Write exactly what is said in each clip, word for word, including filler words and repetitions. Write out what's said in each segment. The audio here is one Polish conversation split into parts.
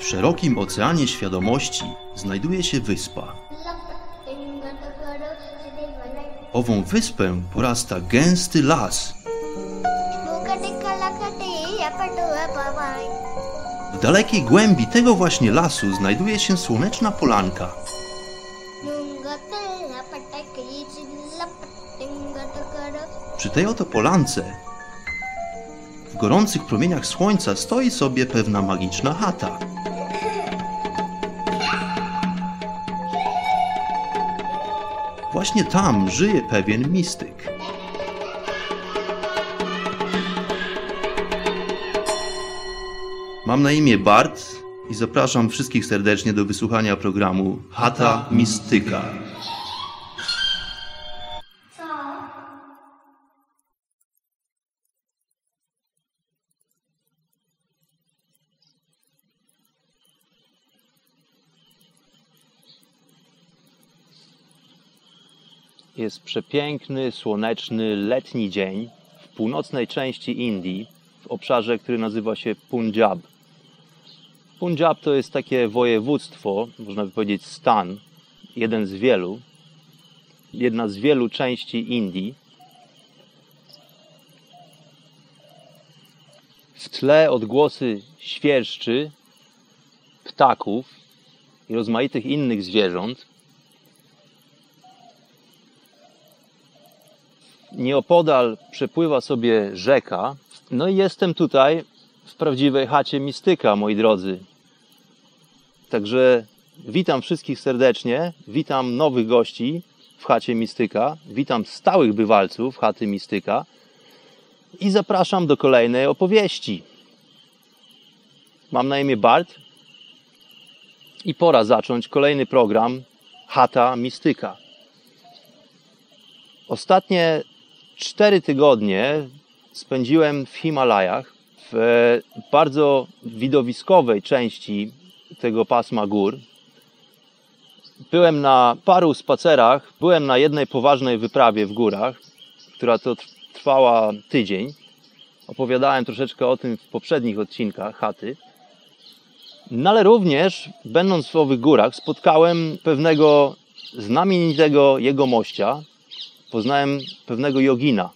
W szerokim oceanie świadomości znajduje się wyspa. Ową wyspę porasta gęsty las. W dalekiej głębi tego właśnie lasu znajduje się słoneczna polanka. Przy tej oto polance, w gorących promieniach słońca, stoi sobie pewna magiczna chata. Właśnie tam żyje pewien mistyk. Mam na imię Bart i zapraszam wszystkich serdecznie do wysłuchania programu Chata Mistyka. Jest przepiękny, słoneczny, letni dzień w północnej części Indii, w obszarze, który nazywa się Punjab. Punjab to jest takie województwo, można by powiedzieć stan, jeden z wielu, jedna z wielu części Indii. W tle odgłosy świerszczy, ptaków i rozmaitych innych zwierząt. Nieopodal przepływa sobie rzeka. No i jestem tutaj w prawdziwej chacie mistyka, moi drodzy. Także witam wszystkich serdecznie, witam nowych gości w chacie mistyka, witam stałych bywalców chaty mistyka i zapraszam do kolejnej opowieści. Mam na imię Bart i pora zacząć kolejny program Chata Mistyka. Ostatnie cztery tygodnie spędziłem w Himalajach, w bardzo widowiskowej części tego pasma gór. Byłem na paru spacerach, byłem na jednej poważnej wyprawie w górach, która to trwała tydzień. Opowiadałem troszeczkę o tym w poprzednich odcinkach chaty. No ale również, będąc w owych górach, spotkałem pewnego znamienitego jegomościa. Poznałem pewnego jogina.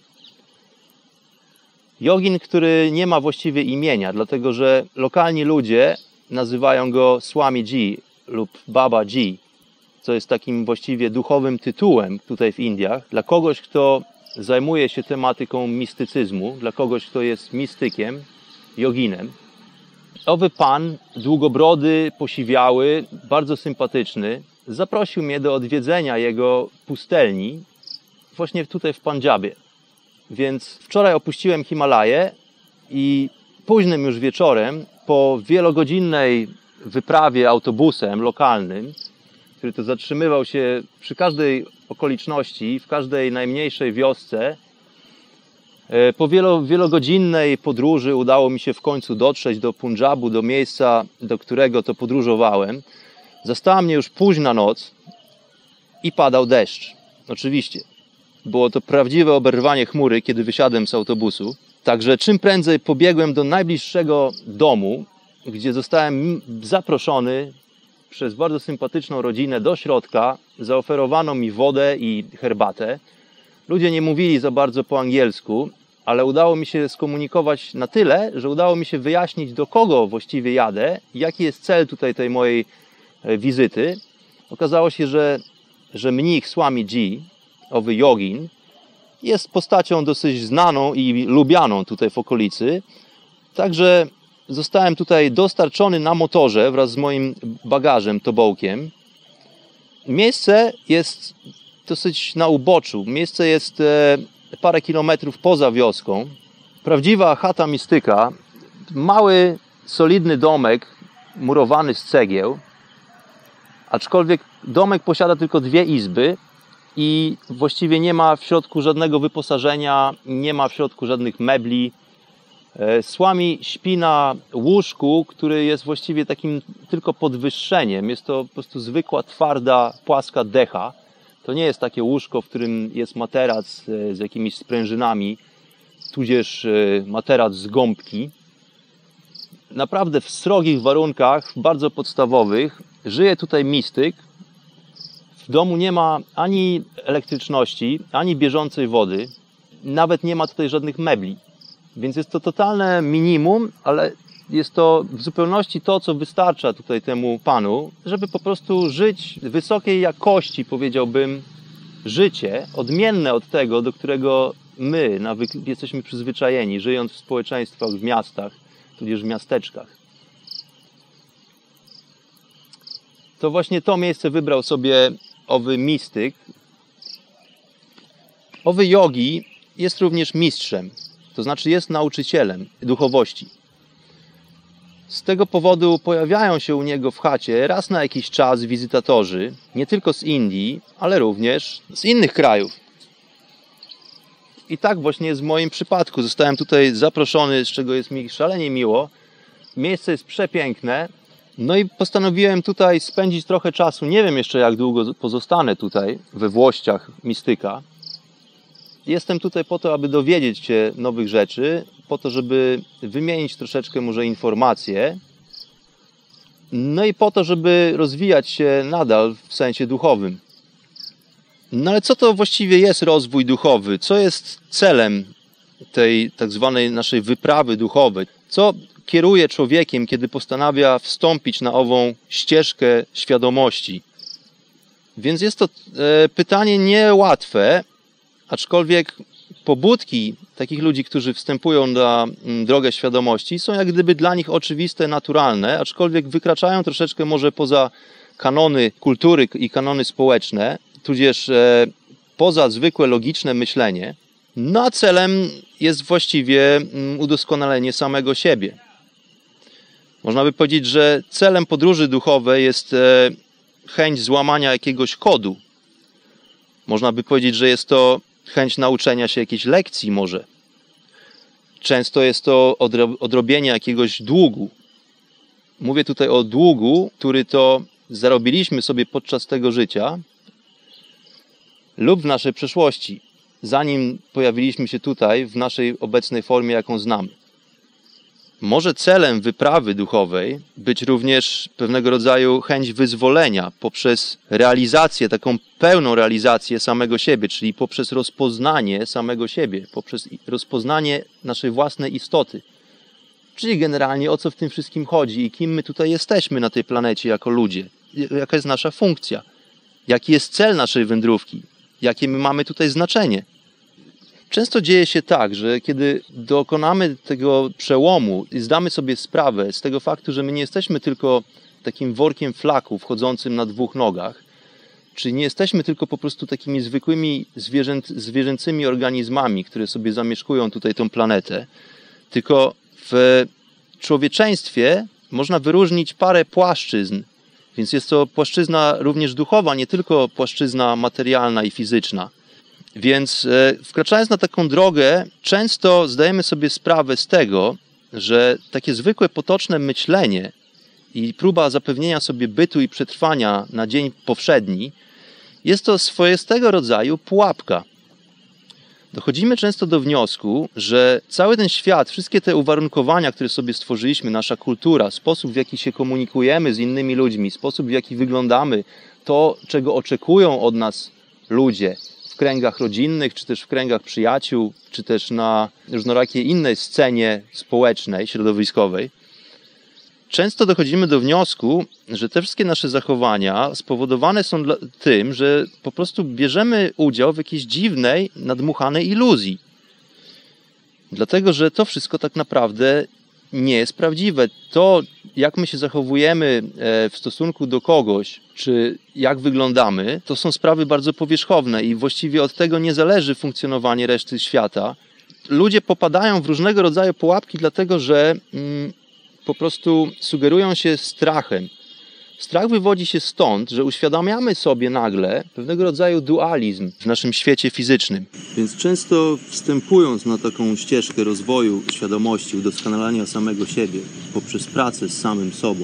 Jogin, który nie ma właściwie imienia, dlatego że lokalni ludzie nazywają go Swamiji lub Babaji, co jest takim właściwie duchowym tytułem tutaj w Indiach dla kogoś, kto zajmuje się tematyką mistycyzmu, dla kogoś, kto jest mistykiem, joginem. Owy pan, długobrody, posiwiały, bardzo sympatyczny, zaprosił mnie do odwiedzenia jego pustelni właśnie tutaj w Pandżabie. Więc wczoraj opuściłem Himalaje i późnym już wieczorem, po wielogodzinnej wyprawie autobusem lokalnym, który to zatrzymywał się przy każdej okoliczności, w każdej najmniejszej wiosce, po wielo, wielogodzinnej podróży udało mi się w końcu dotrzeć do Punjabu, do miejsca, do którego to podróżowałem. Zastała mnie już późna noc i padał deszcz. Oczywiście. Było to prawdziwe oberwanie chmury, kiedy wysiadłem z autobusu. Także czym prędzej pobiegłem do najbliższego domu, gdzie zostałem zaproszony przez bardzo sympatyczną rodzinę do środka. Zaoferowano mi wodę i herbatę. Ludzie nie mówili za bardzo po angielsku, ale udało mi się skomunikować na tyle, że udało mi się wyjaśnić, do kogo właściwie jadę, jaki jest cel tutaj tej mojej wizyty. Okazało się, że, że mnich Swamiji, owy jogin, jest postacią dosyć znaną i lubianą tutaj w okolicy. Także zostałem tutaj dostarczony na motorze wraz z moim bagażem, tobołkiem. Miejsce jest dosyć na uboczu. Miejsce jest parę kilometrów poza wioską. Prawdziwa chata mistyka. Mały, solidny domek murowany z cegieł. Aczkolwiek domek posiada tylko dwie izby i właściwie nie ma w środku żadnego wyposażenia, nie ma w środku żadnych mebli. Swami śpi na łóżku, który jest właściwie takim tylko podwyższeniem. Jest to po prostu zwykła, twarda, płaska decha. To nie jest takie łóżko, w którym jest materac z jakimiś sprężynami, tudzież materac z gąbki. naprawdę w srogich warunkach, bardzo podstawowych, żyje tutaj mistyk. W domu nie ma ani elektryczności, ani bieżącej wody. Nawet nie ma tutaj żadnych mebli. Więc jest to totalne minimum, ale jest to w zupełności to, co wystarcza tutaj temu panu, żeby po prostu żyć wysokiej jakości, powiedziałbym, życie, odmienne od tego, do którego my nawyk- jesteśmy przyzwyczajeni, żyjąc w społeczeństwach, w miastach, tudzież w miasteczkach. To właśnie to miejsce wybrał sobie owy mistyk. Owy jogi jest również mistrzem, to znaczy jest nauczycielem duchowości. Z tego powodu pojawiają się u niego w chacie raz na jakiś czas wizytatorzy, nie tylko z Indii, ale również z innych krajów. I tak właśnie jest w moim przypadku. Zostałem tutaj zaproszony, z czego jest mi szalenie miło. Miejsce jest przepiękne. No i postanowiłem tutaj spędzić trochę czasu. Nie wiem jeszcze, jak długo pozostanę tutaj, we włościach mistyka. Jestem tutaj po to, aby dowiedzieć się nowych rzeczy, po to, żeby wymienić troszeczkę może informacje, no i po to, żeby rozwijać się nadal w sensie duchowym. No ale co to właściwie jest rozwój duchowy? Co jest celem tej tak zwanej naszej wyprawy duchowej? Co kieruje człowiekiem, kiedy postanawia wstąpić na ową ścieżkę świadomości? Więc jest to e, pytanie niełatwe, aczkolwiek pobudki takich ludzi, którzy wstępują na drogę świadomości, są jak gdyby dla nich oczywiste, naturalne, aczkolwiek wykraczają troszeczkę może poza kanony kultury i kanony społeczne, tudzież e, poza zwykłe logiczne myślenie. No a celem jest właściwie udoskonalenie samego siebie. Można by powiedzieć, że celem podróży duchowej jest e, chęć złamania jakiegoś kodu. Można by powiedzieć, że jest to chęć nauczenia się jakiejś lekcji może. Często jest to odrobienie jakiegoś długu. Mówię tutaj o długu, który to zarobiliśmy sobie podczas tego życia lub w naszej przeszłości, zanim pojawiliśmy się tutaj w naszej obecnej formie, jaką znamy. Może celem wyprawy duchowej być również pewnego rodzaju chęć wyzwolenia poprzez realizację, taką pełną realizację samego siebie, czyli poprzez rozpoznanie samego siebie, poprzez rozpoznanie naszej własnej istoty. Czyli generalnie o co w tym wszystkim chodzi i kim my tutaj jesteśmy na tej planecie jako ludzie. Jaka jest nasza funkcja, jaki jest cel naszej wędrówki, jakie my mamy tutaj znaczenie. Często dzieje się tak, że kiedy dokonamy tego przełomu i zdamy sobie sprawę z tego faktu, że my nie jesteśmy tylko takim workiem flaków chodzącym na dwóch nogach, czyli nie jesteśmy tylko po prostu takimi zwykłymi zwierzę, zwierzęcymi organizmami, które sobie zamieszkują tutaj tą planetę, tylko w człowieczeństwie można wyróżnić parę płaszczyzn, więc jest to płaszczyzna również duchowa, nie tylko płaszczyzna materialna i fizyczna. Więc wkraczając na taką drogę, często zdajemy sobie sprawę z tego, że takie zwykłe, potoczne myślenie i próba zapewnienia sobie bytu i przetrwania na dzień powszedni jest to swoistego rodzaju pułapka. Dochodzimy często do wniosku, że cały ten świat, wszystkie te uwarunkowania, które sobie stworzyliśmy, nasza kultura, sposób, w jaki się komunikujemy z innymi ludźmi, sposób, w jaki wyglądamy, to, czego oczekują od nas ludzie, w kręgach rodzinnych, czy też w kręgach przyjaciół, czy też na różnorakiej innej scenie społecznej, środowiskowej, często dochodzimy do wniosku, że te wszystkie nasze zachowania spowodowane są dla, tym, że po prostu bierzemy udział w jakiejś dziwnej, nadmuchanej iluzji. Dlatego, że to wszystko tak naprawdę nie jest prawdziwe. To, jak my się zachowujemy w stosunku do kogoś, czy jak wyglądamy, to są sprawy bardzo powierzchowne i właściwie od tego nie zależy funkcjonowanie reszty świata. Ludzie popadają w różnego rodzaju pułapki, dlatego że mm, po prostu sugerują się strachem. Strach wywodzi się stąd, że uświadamiamy sobie nagle pewnego rodzaju dualizm w naszym świecie fizycznym. Więc często wstępując na taką ścieżkę rozwoju świadomości, udoskonalania samego siebie poprzez pracę z samym sobą,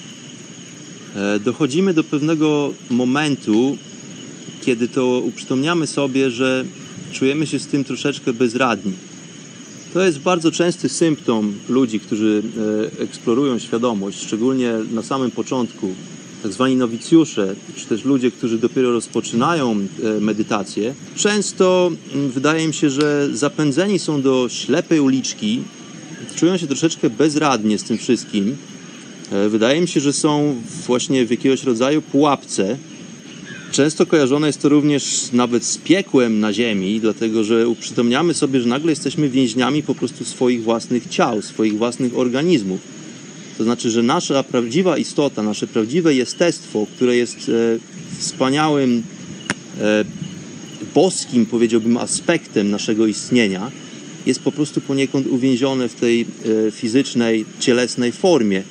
dochodzimy do pewnego momentu, kiedy to uprzytomniamy sobie, że czujemy się z tym troszeczkę bezradni. To jest bardzo częsty symptom ludzi, którzy eksplorują świadomość, szczególnie na samym początku. Tak zwani nowicjusze, czy też ludzie, którzy dopiero rozpoczynają medytację. Często wydaje mi się, że zapędzeni są do ślepej uliczki, czują się troszeczkę bezradnie z tym wszystkim. Wydaje mi się, że są właśnie w jakiegoś rodzaju pułapce. Często kojarzone jest to również nawet z piekłem na ziemi, dlatego że uprzytomniamy sobie, że nagle jesteśmy więźniami po prostu swoich własnych ciał, swoich własnych organizmów. To znaczy, że nasza prawdziwa istota, nasze prawdziwe jestestwo, które jest e, wspaniałym, e, boskim, powiedziałbym, aspektem naszego istnienia, jest po prostu poniekąd uwięzione w tej e, fizycznej, cielesnej formie.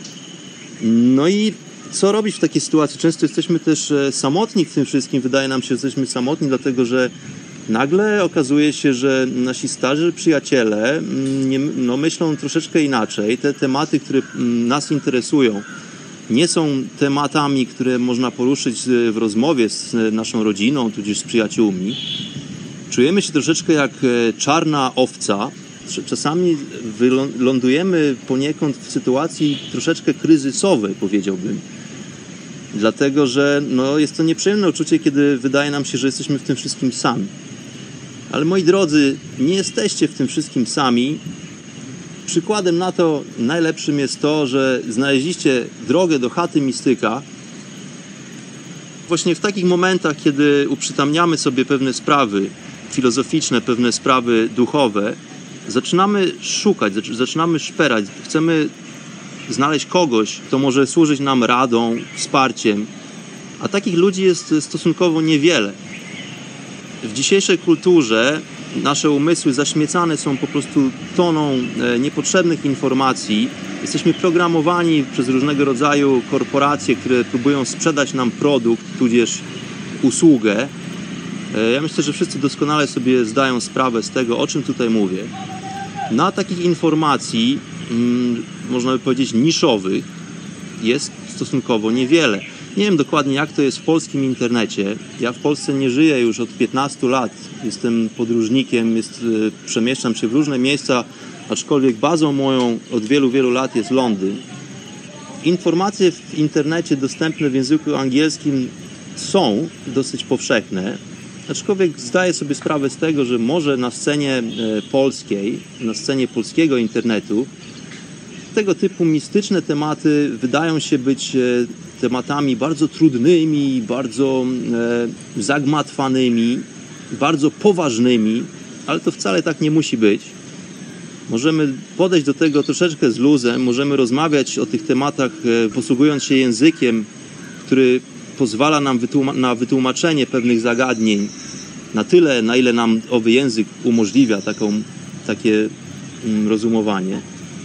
No i co robić w takiej sytuacji? Często jesteśmy też samotni w tym wszystkim. Wydaje nam się, że jesteśmy samotni, dlatego że nagle okazuje się, że nasi starzy przyjaciele nie, no, myślą troszeczkę inaczej. Te tematy, które nas interesują, nie są tematami, które można poruszyć w rozmowie z naszą rodziną, tudzież z przyjaciółmi. Czujemy się troszeczkę jak czarna owca. Czasami lądujemy poniekąd w sytuacji troszeczkę kryzysowej, powiedziałbym. Dlatego, że no, jest to nieprzyjemne uczucie, kiedy wydaje nam się, że jesteśmy w tym wszystkim sami. Ale moi drodzy, nie jesteście w tym wszystkim sami. Przykładem na to najlepszym jest to, że znaleźliście drogę do chaty mistyka. Właśnie w takich momentach, kiedy uprzytamniamy sobie pewne sprawy filozoficzne, pewne sprawy duchowe, zaczynamy szukać, zaczynamy szperać. Chcemy znaleźć kogoś, kto może służyć nam radą, wsparciem. A takich ludzi jest stosunkowo niewiele. W dzisiejszej kulturze nasze umysły zaśmiecane są po prostu toną niepotrzebnych informacji. Jesteśmy programowani przez różnego rodzaju korporacje, które próbują sprzedać nam produkt, tudzież usługę. Ja myślę, że wszyscy doskonale sobie zdają sprawę z tego, o czym tutaj mówię. Na takich informacji, hmm, można by powiedzieć niszowych, jest stosunkowo niewiele. Nie wiem dokładnie, jak to jest w polskim internecie. Ja w Polsce nie żyję już od piętnastu lat. Jestem podróżnikiem, jest, przemieszczam się w różne miejsca, aczkolwiek bazą moją od wielu, wielu lat jest Londyn. Informacje w internecie dostępne w języku angielskim są dosyć powszechne, aczkolwiek zdaję sobie sprawę z tego, że może na scenie polskiej, na scenie polskiego internetu tego typu mistyczne tematy wydają się być tematami bardzo trudnymi, bardzo e, zagmatwanymi, bardzo poważnymi, ale to wcale tak nie musi być. Możemy podejść do tego troszeczkę z luzem, możemy rozmawiać o tych tematach e, posługując się językiem, który pozwala nam wytłuma- na wytłumaczenie pewnych zagadnień na tyle, na ile nam owy język umożliwia taką, takie mm, rozumowanie.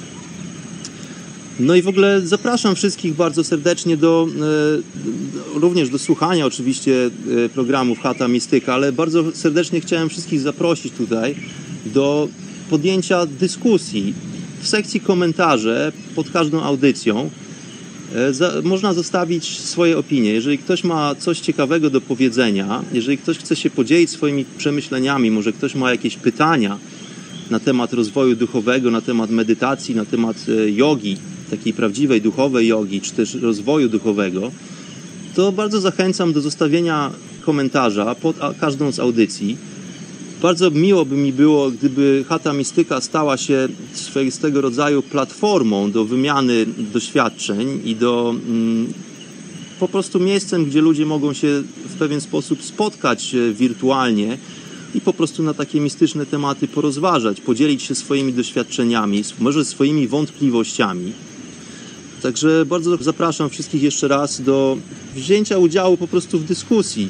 No i w ogóle zapraszam wszystkich bardzo serdecznie do, e, również do słuchania oczywiście e, programów Chata Mistyka, ale bardzo serdecznie chciałem wszystkich zaprosić tutaj do podjęcia dyskusji. W sekcji komentarze pod każdą audycją e, za, można zostawić swoje opinie. Jeżeli ktoś ma coś ciekawego do powiedzenia, jeżeli ktoś chce się podzielić swoimi przemyśleniami, może ktoś ma jakieś pytania na temat rozwoju duchowego, na temat medytacji, na temat e, jogi, takiej prawdziwej duchowej jogi, czy też rozwoju duchowego, to bardzo zachęcam do zostawienia komentarza pod każdą z audycji. Bardzo miło by mi było, gdyby Chata Mistyka stała się swoistego rodzaju platformą do wymiany doświadczeń i do mm, po prostu miejscem, gdzie ludzie mogą się w pewien sposób spotkać wirtualnie i po prostu na takie mistyczne tematy porozważać, podzielić się swoimi doświadczeniami, może swoimi wątpliwościami. Także bardzo zapraszam wszystkich jeszcze raz do wzięcia udziału po prostu w dyskusji.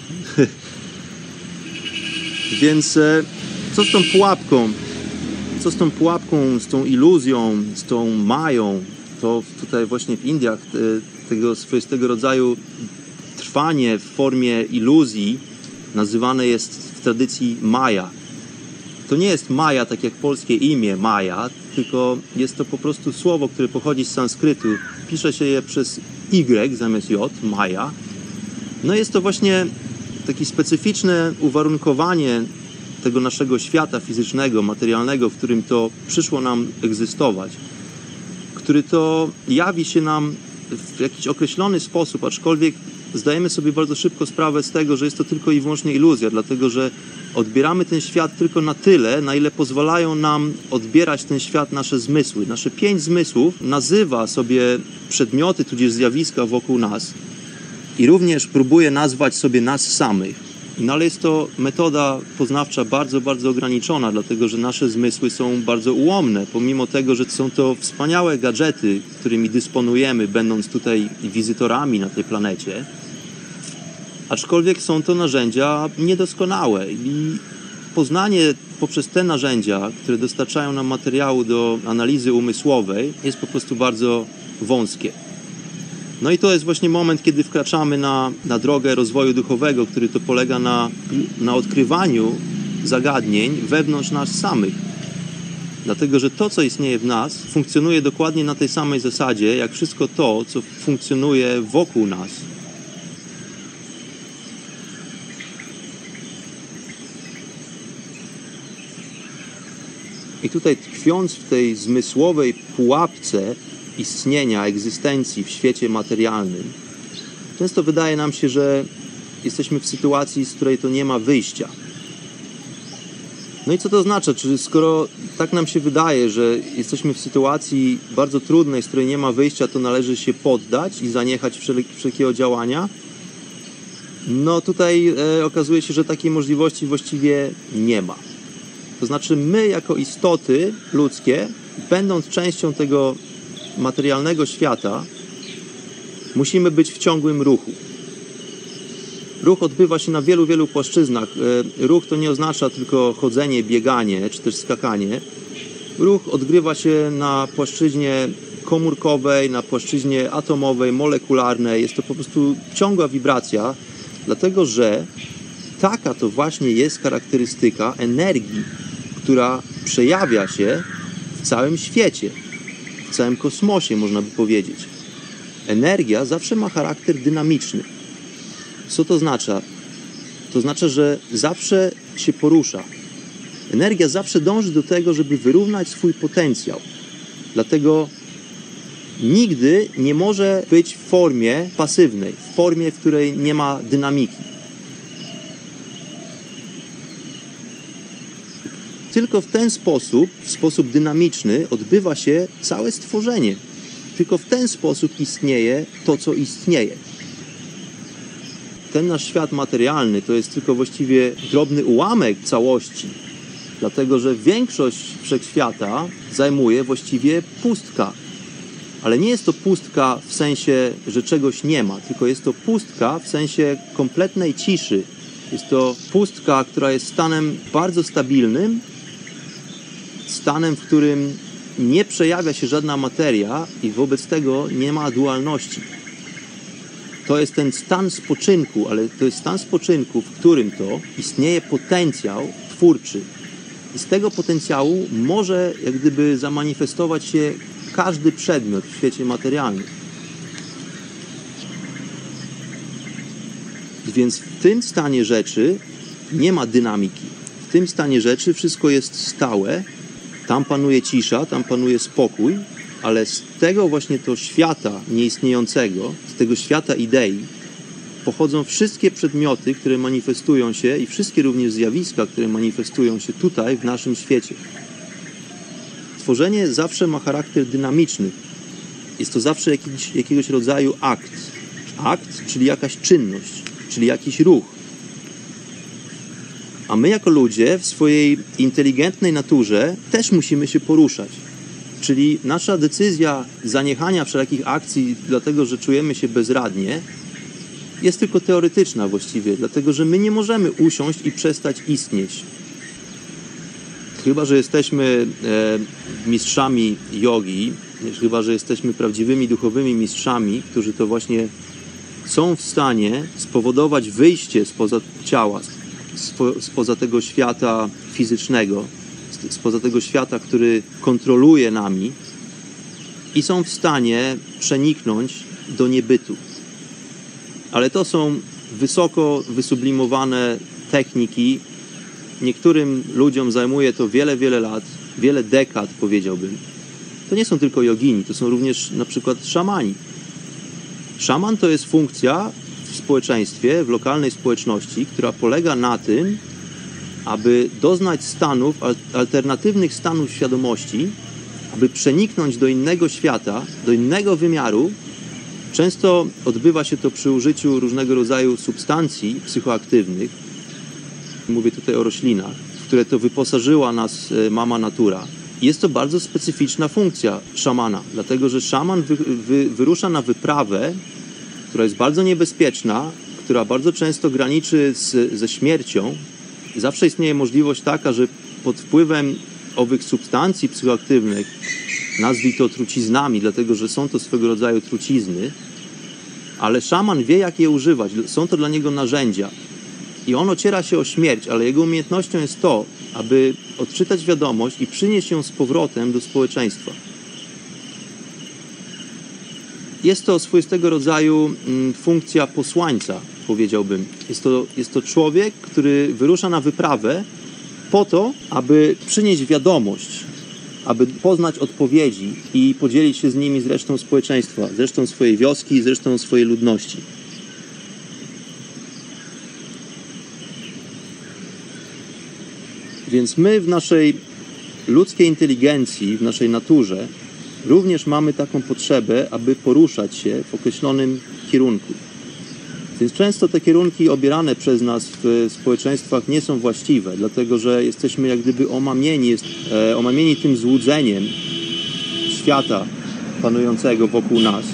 Więc co z tą pułapką? Co z tą pułapką, z tą iluzją, z tą mają? To tutaj właśnie w Indiach tego swoistego rodzaju trwanie w formie iluzji nazywane jest w tradycji Maja. To nie jest Maja, tak jak polskie imię Maja, tylko jest to po prostu słowo, które pochodzi z sanskrytu. Pisze się je przez Y zamiast J, Maja. No jest to właśnie takie specyficzne uwarunkowanie tego naszego świata fizycznego, materialnego, w którym to przyszło nam egzystować, który to jawi się nam w jakiś określony sposób, aczkolwiek zdajemy sobie bardzo szybko sprawę z tego, że jest to tylko i wyłącznie iluzja, dlatego że odbieramy ten świat tylko na tyle, na ile pozwalają nam odbierać ten świat nasze zmysły. Nasze pięć zmysłów nazywa sobie przedmioty, tudzież zjawiska wokół nas i również próbuje nazwać sobie nas samych. No ale jest to metoda poznawcza bardzo, bardzo ograniczona, dlatego że nasze zmysły są bardzo ułomne, pomimo tego, że są to wspaniałe gadżety, którymi dysponujemy, będąc tutaj wizytorami na tej planecie, aczkolwiek są to narzędzia niedoskonałe i poznanie poprzez te narzędzia, które dostarczają nam materiału do analizy umysłowej, jest po prostu bardzo wąskie. No i to jest właśnie moment, kiedy wkraczamy na, na drogę rozwoju duchowego, który to polega na, na odkrywaniu zagadnień wewnątrz nas samych. Dlatego, że to, co istnieje w nas, funkcjonuje dokładnie na tej samej zasadzie, jak wszystko to, co funkcjonuje wokół nas. I tutaj tkwiąc w tej zmysłowej pułapce istnienia, egzystencji w świecie materialnym, często wydaje nam się, że jesteśmy w sytuacji, z której to nie ma wyjścia. No i co to oznacza? Czy skoro tak nam się wydaje, że jesteśmy w sytuacji bardzo trudnej, z której nie ma wyjścia, to należy się poddać i zaniechać wszelkiego działania? No tutaj e, okazuje się, że takiej możliwości właściwie nie ma. To znaczy my jako istoty ludzkie, będąc częścią tego materialnego świata, musimy być w ciągłym ruchu. Ruch odbywa się na wielu, wielu płaszczyznach. Ruch to nie oznacza tylko chodzenie, bieganie czy też skakanie. Ruch odgrywa się na płaszczyźnie komórkowej, na płaszczyźnie atomowej, molekularnej. Jest to po prostu ciągła wibracja, dlatego że taka to właśnie jest charakterystyka energii, która przejawia się w całym świecie, w całym kosmosie, można by powiedzieć. Energia zawsze ma charakter dynamiczny. Co to oznacza? To oznacza, że zawsze się porusza. Energia zawsze dąży do tego, żeby wyrównać swój potencjał. Dlatego nigdy nie może być w formie pasywnej, w formie, w której nie ma dynamiki. Tylko w ten sposób, w sposób dynamiczny odbywa się całe stworzenie. Tylko w ten sposób istnieje to, co istnieje. Ten nasz świat materialny to jest tylko właściwie drobny ułamek całości, dlatego że większość wszechświata zajmuje właściwie pustka. Ale nie jest to pustka w sensie, że czegoś nie ma, tylko jest to pustka w sensie kompletnej ciszy. Jest to pustka, która jest stanem bardzo stabilnym, stanem, w którym nie przejawia się żadna materia i wobec tego nie ma dualności. To jest ten stan spoczynku, ale to jest stan spoczynku, w którym to istnieje potencjał twórczy. I z tego potencjału może jak gdyby zamanifestować się każdy przedmiot w świecie materialnym. Więc w tym stanie rzeczy nie ma dynamiki. W tym stanie rzeczy wszystko jest stałe, tam panuje cisza, tam panuje spokój, ale z tego właśnie to świata nieistniejącego, z tego świata idei pochodzą wszystkie przedmioty, które manifestują się i wszystkie również zjawiska, które manifestują się tutaj w naszym świecie. Tworzenie zawsze ma charakter dynamiczny. Jest to zawsze jakiś, jakiegoś rodzaju akt. Akt, czyli jakaś czynność, czyli jakiś ruch. A my jako ludzie w swojej inteligentnej naturze też musimy się poruszać. Czyli nasza decyzja zaniechania wszelkich akcji, dlatego że czujemy się bezradnie, jest tylko teoretyczna właściwie, dlatego że my nie możemy usiąść i przestać istnieć. Chyba że jesteśmy e, mistrzami jogi, chyba że jesteśmy prawdziwymi duchowymi mistrzami, którzy to właśnie są w stanie spowodować wyjście spoza ciała, spo, spoza tego świata fizycznego, spoza tego świata, który kontroluje nami i są w stanie przeniknąć do niebytu. Ale to są wysoko wysublimowane techniki, niektórym ludziom zajmuje to wiele, wiele lat, wiele dekad, powiedziałbym. To nie są tylko jogini, to są również na przykład szamani. Szaman to jest funkcja w społeczeństwie, w lokalnej społeczności, która polega na tym, aby doznać stanów, alternatywnych stanów świadomości, aby przeniknąć do innego świata, do innego wymiaru. Często odbywa się to przy użyciu różnego rodzaju substancji psychoaktywnych. Mówię tutaj o roślinach, w które to wyposażyła nas mama natura. Jest to bardzo specyficzna funkcja szamana, dlatego że szaman wy, wy, wyrusza na wyprawę, która jest bardzo niebezpieczna, która bardzo często graniczy z, ze śmiercią. Zawsze istnieje możliwość taka, że pod wpływem owych substancji psychoaktywnych, nazwij to truciznami, dlatego że są to swego rodzaju trucizny, ale szaman wie, jak je używać. Są to dla niego narzędzia. I on ociera się o śmierć, ale jego umiejętnością jest to, aby odczytać wiadomość i przynieść ją z powrotem do społeczeństwa. Jest to swoistego rodzaju funkcja posłańca, powiedziałbym. Jest to, jest to człowiek, który wyrusza na wyprawę po to, aby przynieść wiadomość, aby poznać odpowiedzi i podzielić się z nimi z resztą społeczeństwa, z resztą swojej wioski, z resztą swojej ludności. Więc my w naszej ludzkiej inteligencji, w naszej naturze również mamy taką potrzebę, aby poruszać się w określonym kierunku. Więc często te kierunki obierane przez nas w społeczeństwach nie są właściwe, dlatego że jesteśmy jak gdyby omamieni, jest, e, omamieni tym złudzeniem świata panującego wokół nas.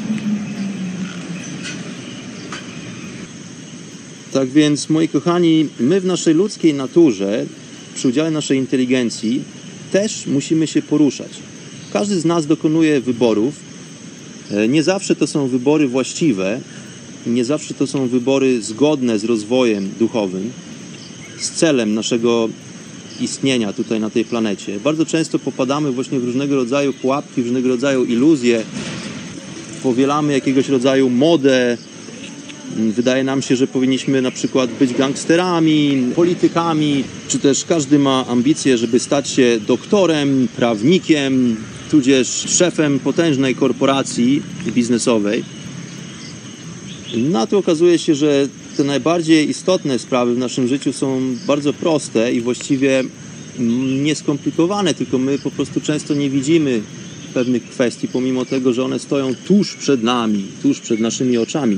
Tak więc, moi kochani, my w naszej ludzkiej naturze, przy udziale naszej inteligencji, też musimy się poruszać. Każdy z nas dokonuje wyborów. Nie zawsze to są wybory właściwe, nie zawsze to są wybory zgodne z rozwojem duchowym, z celem naszego istnienia tutaj na tej planecie. Bardzo często popadamy właśnie w różnego rodzaju pułapki, w różnego rodzaju iluzje, powielamy jakiegoś rodzaju modę. Wydaje nam się, że powinniśmy na przykład być gangsterami, politykami, czy też każdy ma ambicje, żeby stać się doktorem, prawnikiem, tudzież szefem potężnej korporacji biznesowej. No a tu okazuje się, że te najbardziej istotne sprawy w naszym życiu są bardzo proste i właściwie nieskomplikowane, tylko my po prostu często nie widzimy pewnych kwestii, pomimo tego, że one stoją tuż przed nami, tuż przed naszymi oczami.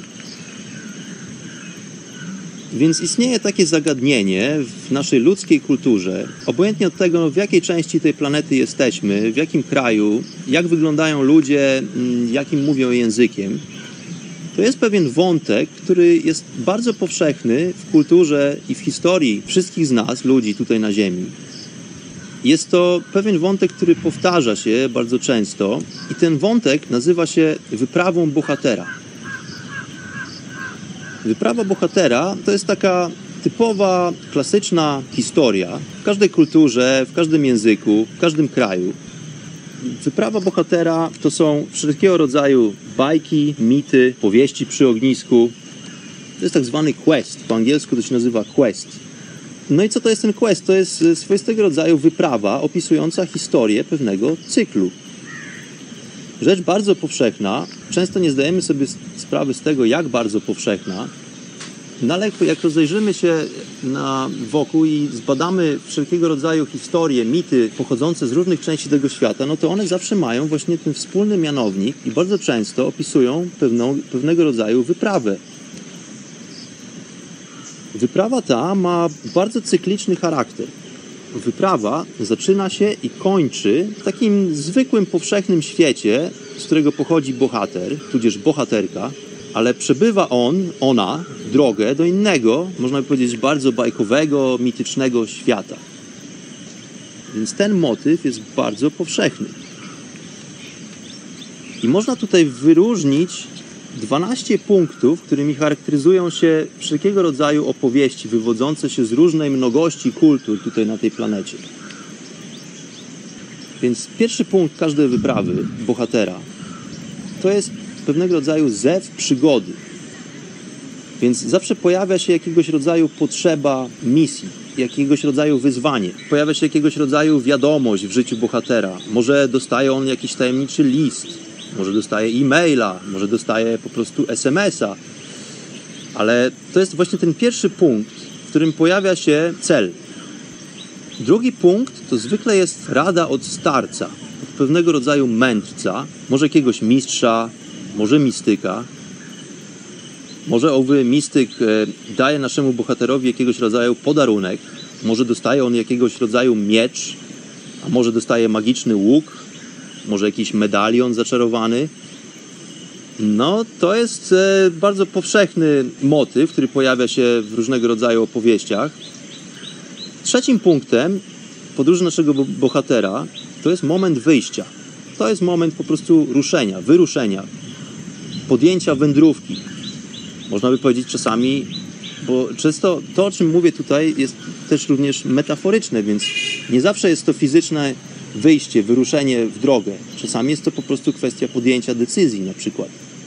Więc istnieje takie zagadnienie w naszej ludzkiej kulturze, obojętnie od tego, w jakiej części tej planety jesteśmy, w jakim kraju, jak wyglądają ludzie, jakim mówią językiem. To jest pewien wątek, który jest bardzo powszechny w kulturze i w historii wszystkich z nas, ludzi tutaj na Ziemi. Jest to pewien wątek, który powtarza się bardzo często i ten wątek nazywa się wyprawą bohatera. Wyprawa bohatera to jest taka typowa, klasyczna historia w każdej kulturze, w każdym języku, w każdym kraju. Wyprawa bohatera to są wszelkiego rodzaju bajki, mity, powieści przy ognisku. To jest tak zwany quest. Po angielsku to się nazywa quest. No i co to jest ten quest? To jest swoistego rodzaju wyprawa opisująca historię pewnego cyklu. Rzecz bardzo powszechna. Często nie zdajemy sobie sprawy z tego, jak bardzo powszechna. No ale jak rozejrzymy się na wokół i zbadamy wszelkiego rodzaju historie, mity pochodzące z różnych części tego świata, no to one zawsze mają właśnie ten wspólny mianownik i bardzo często opisują pewną, pewnego rodzaju wyprawę. Wyprawa ta ma bardzo cykliczny charakter. Wyprawa zaczyna się i kończy w takim zwykłym, powszechnym świecie, z którego pochodzi bohater, tudzież bohaterka, ale przebywa on, ona, drogę do innego, można by powiedzieć, bardzo bajkowego, mitycznego świata. Więc ten motyw jest bardzo powszechny. I można tutaj wyróżnić dwanaście punktów, którymi charakteryzują się wszelkiego rodzaju opowieści wywodzące się z różnej mnogości kultur tutaj na tej planecie. Więc pierwszy punkt każdej wyprawy bohatera to jest pewnego rodzaju zew przygody. Więc zawsze pojawia się jakiegoś rodzaju potrzeba misji. jakiegoś rodzaju wyzwanie. Pojawia się jakiegoś rodzaju wiadomość w życiu bohatera. Może dostaje on jakiś tajemniczy list, może dostaje e-maila, może dostaje po prostu es em es a. Ale to jest właśnie ten pierwszy punkt, w którym pojawia się cel. Drugi punkt to zwykle jest rada od starca, od pewnego rodzaju mędrca, może jakiegoś mistrza, może mistyka. Może owy mistyk daje naszemu bohaterowi jakiegoś rodzaju podarunek, może dostaje on jakiegoś rodzaju miecz, a może dostaje magiczny łuk, może jakiś medalion zaczarowany. No, to jest bardzo powszechny motyw, który pojawia się w różnego rodzaju opowieściach. Trzecim punktem podróży naszego bohatera to jest moment wyjścia. To jest moment po prostu ruszenia, wyruszenia, podjęcia wędrówki. Można by powiedzieć czasami, bo często to, o czym mówię tutaj, jest też również metaforyczne, więc nie zawsze jest to fizyczne wyjście, wyruszenie w drogę. Czasami jest to po prostu kwestia podjęcia decyzji na przykład.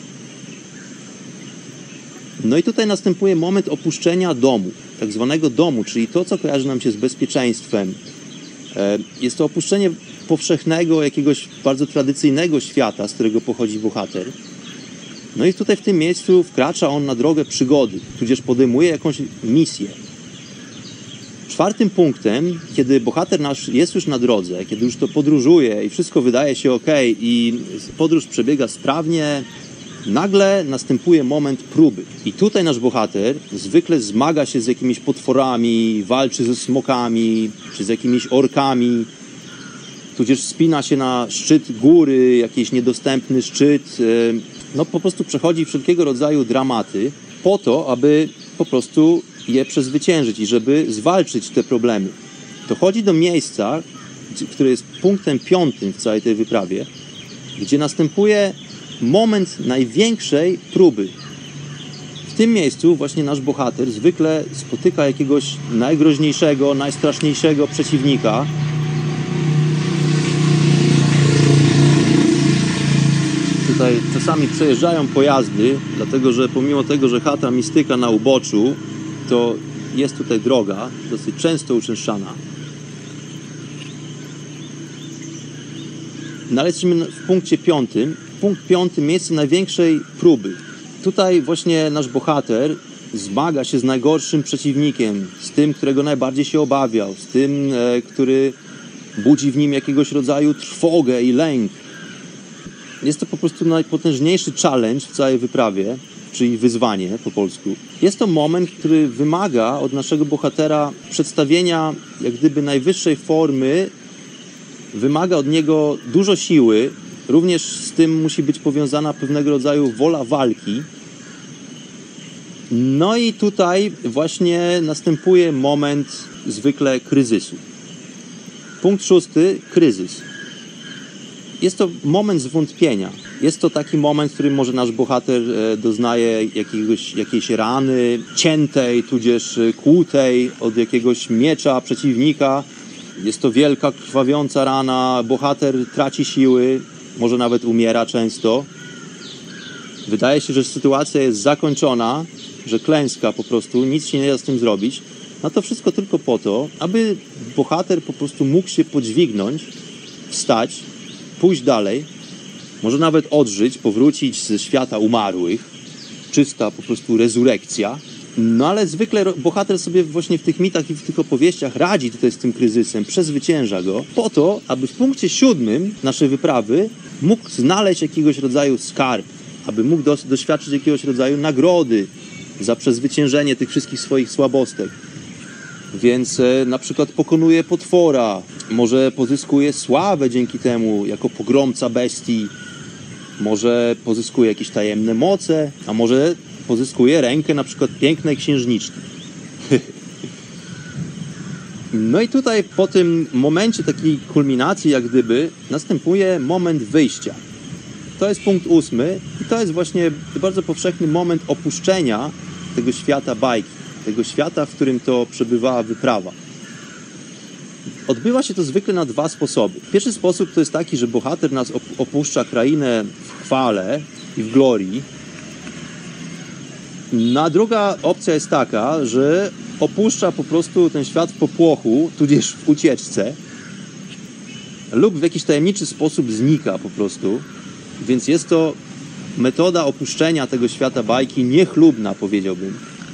No i tutaj następuje moment opuszczenia domu, tak zwanego domu, czyli to, co kojarzy nam się z bezpieczeństwem. Jest to opuszczenie powszechnego, jakiegoś bardzo tradycyjnego świata, z którego pochodzi bohater. No i tutaj w tym miejscu wkracza on na drogę przygody, tudzież podejmuje jakąś misję. Czwartym punktem, kiedy bohater nasz jest już na drodze, kiedy już to podróżuje i wszystko wydaje się ok i podróż przebiega sprawnie, nagle następuje moment próby. I tutaj nasz bohater zwykle zmaga się z jakimiś potworami, walczy ze smokami, czy z jakimiś orkami, tudzież wspina się na szczyt góry, jakiś niedostępny szczyt. No po prostu przechodzi wszelkiego rodzaju dramaty po to, aby po prostu je przezwyciężyć i żeby zwalczyć te problemy. Dochodzi do miejsca, które jest punktem piątym w całej tej wyprawie, gdzie następuje moment największej próby. W tym miejscu właśnie nasz bohater zwykle spotyka jakiegoś najgroźniejszego, najstraszniejszego przeciwnika. Tutaj czasami przejeżdżają pojazdy, dlatego że pomimo tego, że chata mistyka na uboczu, to jest tutaj droga, dosyć często uczęszczana. No ale jesteśmy w punkcie piątym. Punkt piąty, miejsce największej próby. Tutaj właśnie nasz bohater zmaga się z najgorszym przeciwnikiem, z tym, którego najbardziej się obawiał, z tym, e, który budzi w nim jakiegoś rodzaju trwogę i lęk. Jest to po prostu najpotężniejszy challenge w całej wyprawie, czyli wyzwanie po polsku. Jest to moment, który wymaga od naszego bohatera przedstawienia jak gdyby najwyższej formy, wymaga od niego dużo siły, również z tym musi być powiązana pewnego rodzaju wola walki. No i tutaj właśnie następuje moment zwykle kryzysu. Punkt szósty, kryzys. Jest to moment zwątpienia. Jest to taki moment, w którym może nasz bohater doznaje jakiegoś, jakiejś rany ciętej, tudzież kłutej od jakiegoś miecza przeciwnika. Jest to wielka, krwawiąca rana, bohater traci siły, może nawet umiera często. Wydaje się, że sytuacja jest zakończona, że klęska po prostu, nic się nie da z tym zrobić. No to wszystko tylko po to, aby bohater po prostu mógł się podźwignąć, wstać, pójść dalej, może nawet odżyć, powrócić ze świata umarłych. Czysta po prostu rezurekcja. No ale zwykle bohater sobie właśnie w tych mitach i w tych opowieściach radzi tutaj z tym kryzysem, przezwycięża go, po to, aby w punkcie siódmym naszej wyprawy mógł znaleźć jakiegoś rodzaju skarb, aby mógł dos- doświadczyć jakiegoś rodzaju nagrody za przezwyciężenie tych wszystkich swoich słabostek. Więc e, na przykład pokonuje potwora, może pozyskuje sławę dzięki temu jako pogromca bestii, może pozyskuje jakieś tajemne moce, a może pozyskuje rękę na przykład pięknej księżniczki. No i tutaj po tym momencie takiej kulminacji jak gdyby następuje moment wyjścia. To jest punkt ósmy i to jest właśnie bardzo powszechny moment opuszczenia tego świata bajki, tego świata, w którym to przebywała wyprawa. Odbywa się to zwykle na dwa sposoby. Pierwszy sposób to jest taki, że bohater nas opuszcza krainę w chwale i w glorii. No a druga opcja jest taka, że opuszcza po prostu ten świat w popłochu, tudzież w ucieczce, lub w jakiś tajemniczy sposób znika po prostu. Więc jest to metoda opuszczenia tego świata bajki niechlubna, powiedziałbym.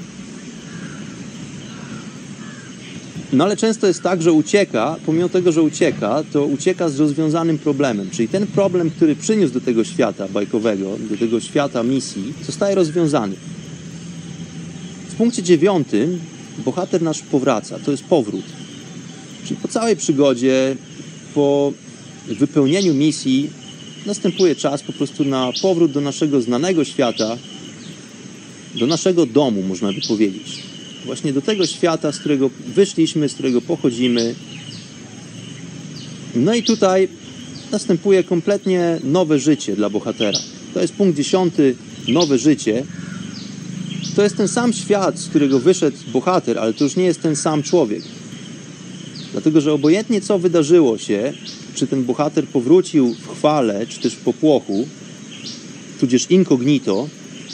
No ale często jest tak, że ucieka, pomimo tego, że ucieka, to ucieka z rozwiązanym problemem. Czyli ten problem, który przyniósł do tego świata bajkowego, do tego świata misji, zostaje rozwiązany. W punkcie dziewiątym bohater nasz powraca. To jest powrót. Czyli po całej przygodzie, po wypełnieniu misji następuje czas po prostu na powrót do naszego znanego świata, do naszego domu, można by powiedzieć. Właśnie do tego świata, z którego wyszliśmy, z którego pochodzimy. No i tutaj następuje kompletnie nowe życie dla bohatera. To jest punkt dziesiąty, nowe życie. To jest ten sam świat, z którego wyszedł bohater, ale to już nie jest ten sam człowiek. Dlatego, że obojętnie co wydarzyło się, czy ten bohater powrócił w chwale, czy też w popłochu, tudzież incognito,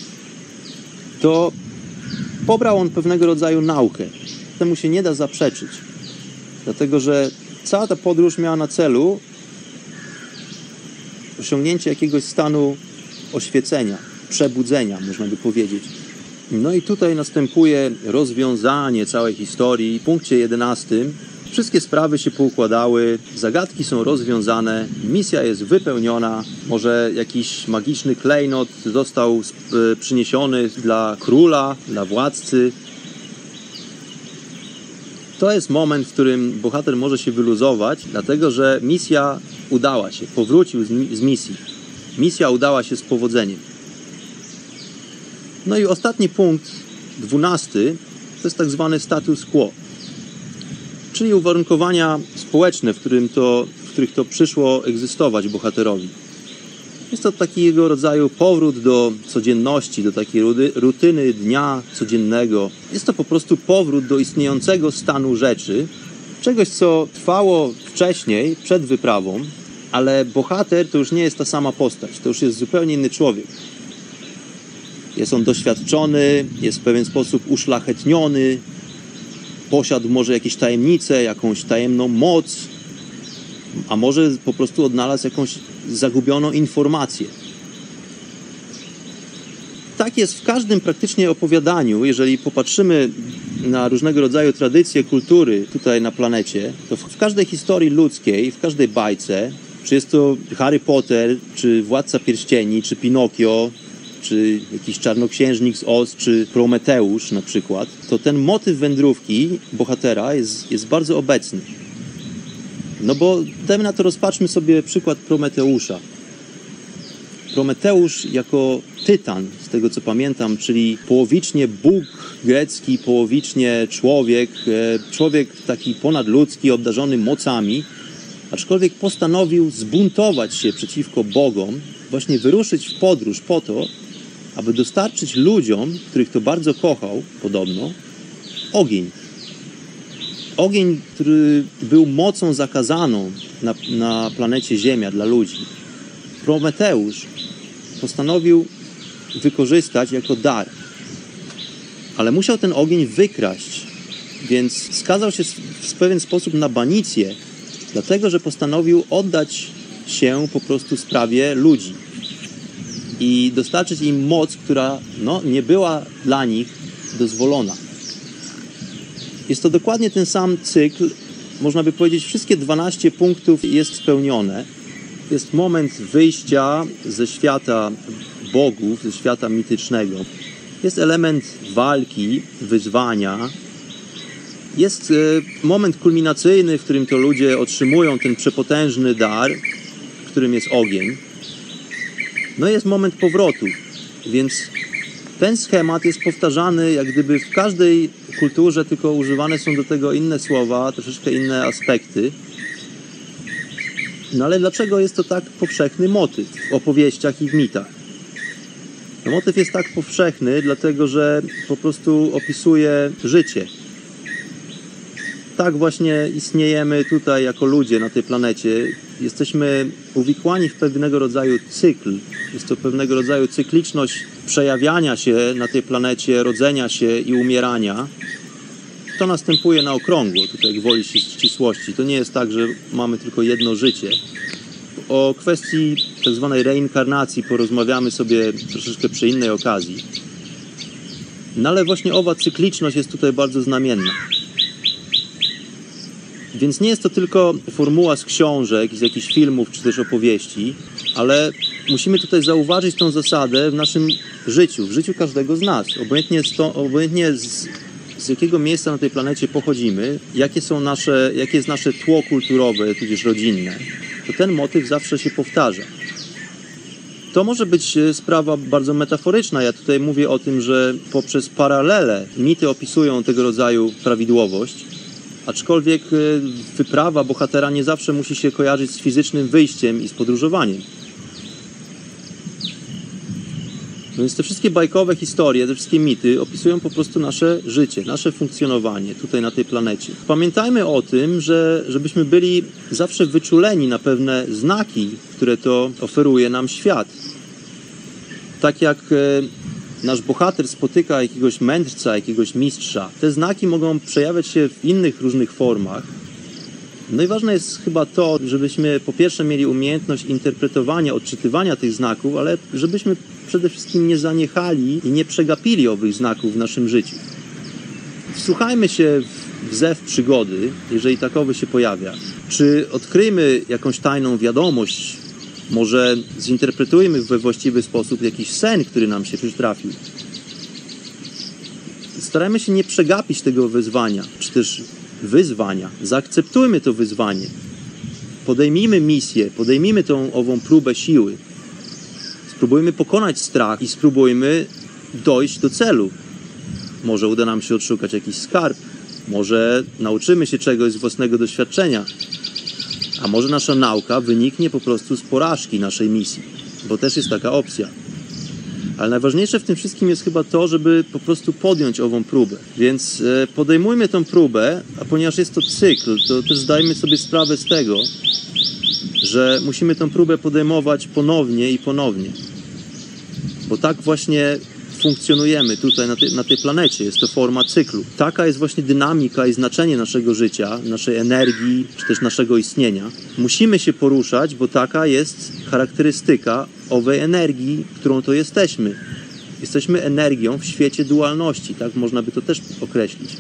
to pobrał on pewnego rodzaju naukę. Temu się nie da zaprzeczyć. Dlatego, że cała ta podróż miała na celu osiągnięcie jakiegoś stanu oświecenia, przebudzenia, można by powiedzieć. No i tutaj następuje rozwiązanie całej historii. W punkcie jedenastym wszystkie sprawy się poukładały, zagadki są rozwiązane, misja jest wypełniona, może jakiś magiczny klejnot został przyniesiony dla króla, dla władcy. To jest moment, w którym bohater może się wyluzować, dlatego że misja udała się, powrócił z misji. Misja udała się z powodzeniem. No i ostatni punkt, dwunasty, to jest tak zwany status quo. Czyli uwarunkowania społeczne, w, którym to, w których to przyszło egzystować bohaterowi. Jest to takiego rodzaju powrót do codzienności, do takiej rutyny dnia codziennego. Jest to po prostu powrót do istniejącego stanu rzeczy, czegoś, co trwało wcześniej, przed wyprawą, ale bohater to już nie jest ta sama postać, to już jest zupełnie inny człowiek. Jest on doświadczony, jest w pewien sposób uszlachetniony, posiadł może jakieś tajemnice, jakąś tajemną moc, a może po prostu odnalazł jakąś zagubioną informację. Tak jest w każdym praktycznie opowiadaniu. Jeżeli popatrzymy na różnego rodzaju tradycje, kultury tutaj na planecie, to w każdej historii ludzkiej, w każdej bajce, czy jest to Harry Potter, czy Władca Pierścieni, czy Pinokio, czy jakiś Czarnoksiężnik z Oz, czy Prometeusz na przykład, to ten motyw wędrówki bohatera jest, jest bardzo obecny. No bo dajmy na to, rozpatrzmy sobie przykład Prometeusza. Prometeusz jako tytan, z tego co pamiętam, czyli połowicznie Bóg grecki, połowicznie człowiek, człowiek taki ponadludzki, obdarzony mocami, aczkolwiek postanowił zbuntować się przeciwko bogom, właśnie wyruszyć w podróż po to, aby dostarczyć ludziom, których to bardzo kochał, podobno, ogień. Ogień, który był mocą zakazaną na, na planecie Ziemia dla ludzi. Prometeusz postanowił wykorzystać jako dar. Ale musiał ten ogień wykraść, więc skazał się w pewien sposób na banicję, dlatego że postanowił oddać się po prostu sprawie ludzi i dostarczyć im moc, która no, nie była dla nich dozwolona. Jest to dokładnie ten sam cykl, można by powiedzieć, wszystkie dwanaście punktów jest spełnione. Jest moment wyjścia ze świata bogów, ze świata mitycznego. Jest element walki, wyzwania. Jest moment kulminacyjny, w którym to ludzie otrzymują ten przepotężny dar, którym jest ogień. No jest moment powrotu, więc ten schemat jest powtarzany jak gdyby w każdej kulturze, tylko używane są do tego inne słowa, troszeczkę inne aspekty. No ale dlaczego jest to tak powszechny motyw w opowieściach i w mitach? No, motyw jest tak powszechny, dlatego że po prostu opisuje życie. Tak właśnie istniejemy tutaj jako ludzie na tej planecie. Jesteśmy uwikłani w pewnego rodzaju cykl. Jest to pewnego rodzaju cykliczność przejawiania się na tej planecie, rodzenia się i umierania. to następuje na okrągło, tutaj gwoli ścisłości. To nie jest tak, że mamy tylko jedno życie. O kwestii tak zwanej reinkarnacji porozmawiamy sobie troszeczkę przy innej okazji. No ale właśnie owa cykliczność jest tutaj bardzo znamienna. Więc nie jest to tylko formuła z książek, z jakichś filmów czy też opowieści, ale musimy tutaj zauważyć tą zasadę w naszym życiu, w życiu każdego z nas. Obojętnie, sto, obojętnie z, z jakiego miejsca na tej planecie pochodzimy, jakie są nasze, jakie jest nasze tło kulturowe, tudzież rodzinne, to ten motyw zawsze się powtarza. To może być sprawa bardzo metaforyczna. Ja tutaj mówię o tym, że poprzez paralele mity opisują tego rodzaju prawidłowość, aczkolwiek wyprawa bohatera nie zawsze musi się kojarzyć z fizycznym wyjściem i z podróżowaniem. Więc te wszystkie bajkowe historie, te wszystkie mity opisują po prostu nasze życie, nasze funkcjonowanie tutaj na tej planecie. Pamiętajmy o tym, że żebyśmy byli zawsze wyczuleni na pewne znaki, które to oferuje nam świat. Tak jak nasz bohater spotyka jakiegoś mędrca, jakiegoś mistrza, te znaki mogą przejawiać się w innych różnych formach. No i ważne jest chyba to, żebyśmy po pierwsze mieli umiejętność interpretowania, odczytywania tych znaków, ale żebyśmy przede wszystkim nie zaniechali i nie przegapili owych znaków w naszym życiu. Wsłuchajmy się w zew przygody, jeżeli takowy się pojawia. Czy odkryjmy jakąś tajną wiadomość, może zinterpretujmy we właściwy sposób jakiś sen, który nam się przytrafił. Starajmy się nie przegapić tego wyzwania, czy też wyzwania. Zaakceptujmy to wyzwanie. Podejmijmy misję, podejmijmy tą ową próbę siły. Spróbujmy pokonać strach i spróbujmy dojść do celu. Może uda nam się odszukać jakiś skarb, może nauczymy się czegoś z własnego doświadczenia, a może nasza nauka wyniknie po prostu z porażki naszej misji, bo też jest taka opcja. Ale najważniejsze w tym wszystkim jest chyba to, żeby po prostu podjąć ową próbę. Więc podejmujmy tą próbę, a ponieważ jest to cykl, to też zdajmy sobie sprawę z tego, że musimy tę próbę podejmować ponownie i ponownie. Bo tak właśnie funkcjonujemy tutaj na tej, na tej planecie. Jest to forma cyklu. Taka jest właśnie dynamika i znaczenie naszego życia, naszej energii, czy też naszego istnienia. Musimy się poruszać, bo taka jest charakterystyka owej energii, którą to jesteśmy. Jesteśmy energią w świecie dualności, tak można by to też określić.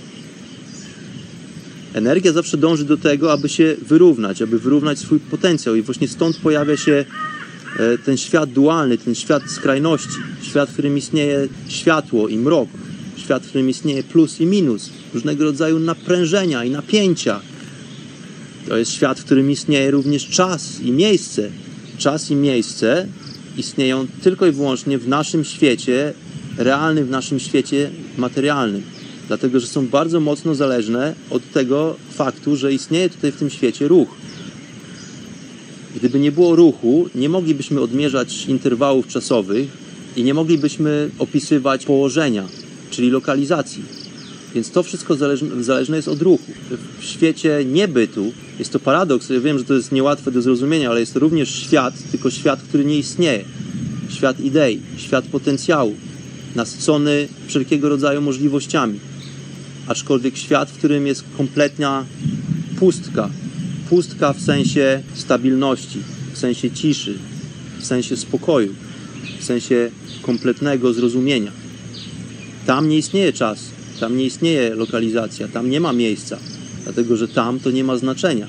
Energia zawsze dąży do tego, aby się wyrównać, aby wyrównać swój potencjał i właśnie stąd pojawia się ten świat dualny, ten świat skrajności, świat, w którym istnieje światło i mrok, świat, w którym istnieje plus i minus, różnego rodzaju naprężenia i napięcia. To jest świat, w którym istnieje również czas i miejsce. Czas i miejsce istnieją tylko i wyłącznie w naszym świecie, realnym, w naszym świecie materialnym. Dlatego, że są bardzo mocno zależne od tego faktu, że istnieje tutaj w tym świecie ruch. Gdyby nie było ruchu, nie moglibyśmy odmierzać interwałów czasowych i nie moglibyśmy opisywać położenia, czyli lokalizacji. Więc to wszystko zależne, zależne jest od ruchu. W świecie niebytu, jest to paradoks, ja wiem, że to jest niełatwe do zrozumienia, ale jest to również świat, tylko świat, który nie istnieje. Świat idei, świat potencjału, nasycony wszelkiego rodzaju możliwościami. Aczkolwiek świat, w którym jest kompletna pustka. Pustka w sensie stabilności, w sensie ciszy, w sensie spokoju, w sensie kompletnego zrozumienia. Tam nie istnieje czas, tam nie istnieje lokalizacja, tam nie ma miejsca, dlatego że tam to nie ma znaczenia.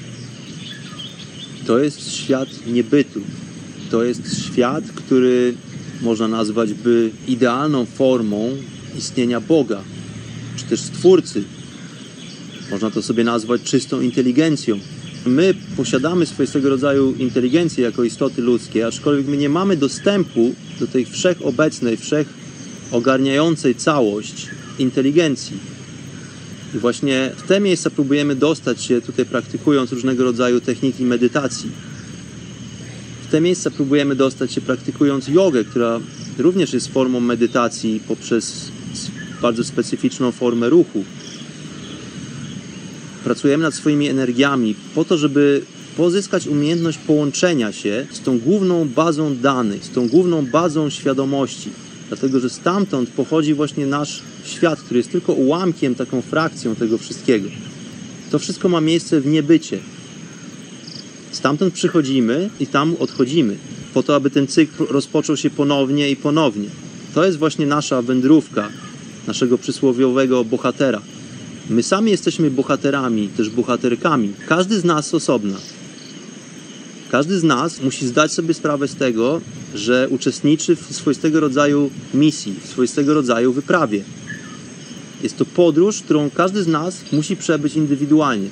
To jest świat niebytu. To jest świat, który można nazwać by idealną formą istnienia Boga, czy też Stwórcy. Można to sobie nazwać czystą inteligencją. My posiadamy swojego rodzaju inteligencję jako istoty ludzkie, aczkolwiek my nie mamy dostępu do tej wszechobecnej, wszechogarniającej całość inteligencji. I właśnie w te miejsca próbujemy dostać się tutaj praktykując różnego rodzaju techniki medytacji. W te miejsca próbujemy dostać się praktykując jogę, która również jest formą medytacji poprzez bardzo specyficzną formę ruchu. Pracujemy nad swoimi energiami po to, żeby pozyskać umiejętność połączenia się z tą główną bazą danych, z tą główną bazą świadomości. Dlatego, że stamtąd pochodzi właśnie nasz świat, który jest tylko ułamkiem, taką frakcją tego wszystkiego. To wszystko ma miejsce w niebycie. Stamtąd przychodzimy i tam odchodzimy, po to, aby ten cykl rozpoczął się ponownie i ponownie. To jest właśnie nasza wędrówka, naszego przysłowiowego bohatera. My sami jesteśmy bohaterami, też bohaterkami. Każdy z nas osobna. Każdy z nas musi zdać sobie sprawę z tego, że uczestniczy w swoistego rodzaju misji, w swoistego rodzaju wyprawie. Jest to podróż, którą każdy z nas musi przebyć indywidualnie.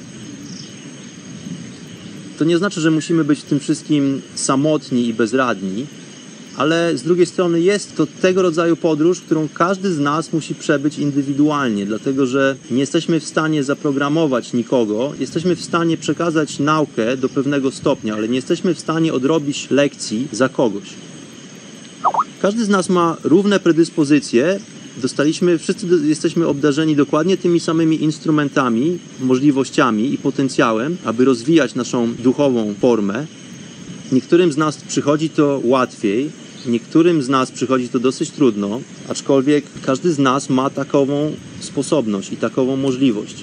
To nie znaczy, że musimy być w tym wszystkim samotni i bezradni, ale z drugiej strony jest to tego rodzaju podróż, którą każdy z nas musi przebyć indywidualnie, dlatego że nie jesteśmy w stanie zaprogramować nikogo, jesteśmy w stanie przekazać naukę do pewnego stopnia, ale nie jesteśmy w stanie odrobić lekcji za kogoś. Każdy z nas ma równe predyspozycje, dostaliśmy, wszyscy jesteśmy obdarzeni dokładnie tymi samymi instrumentami, możliwościami i potencjałem, aby rozwijać naszą duchową formę. Niektórym z nas przychodzi to łatwiej, niektórym z nas przychodzi to dosyć trudno, aczkolwiek każdy z nas ma takową sposobność i takową możliwość.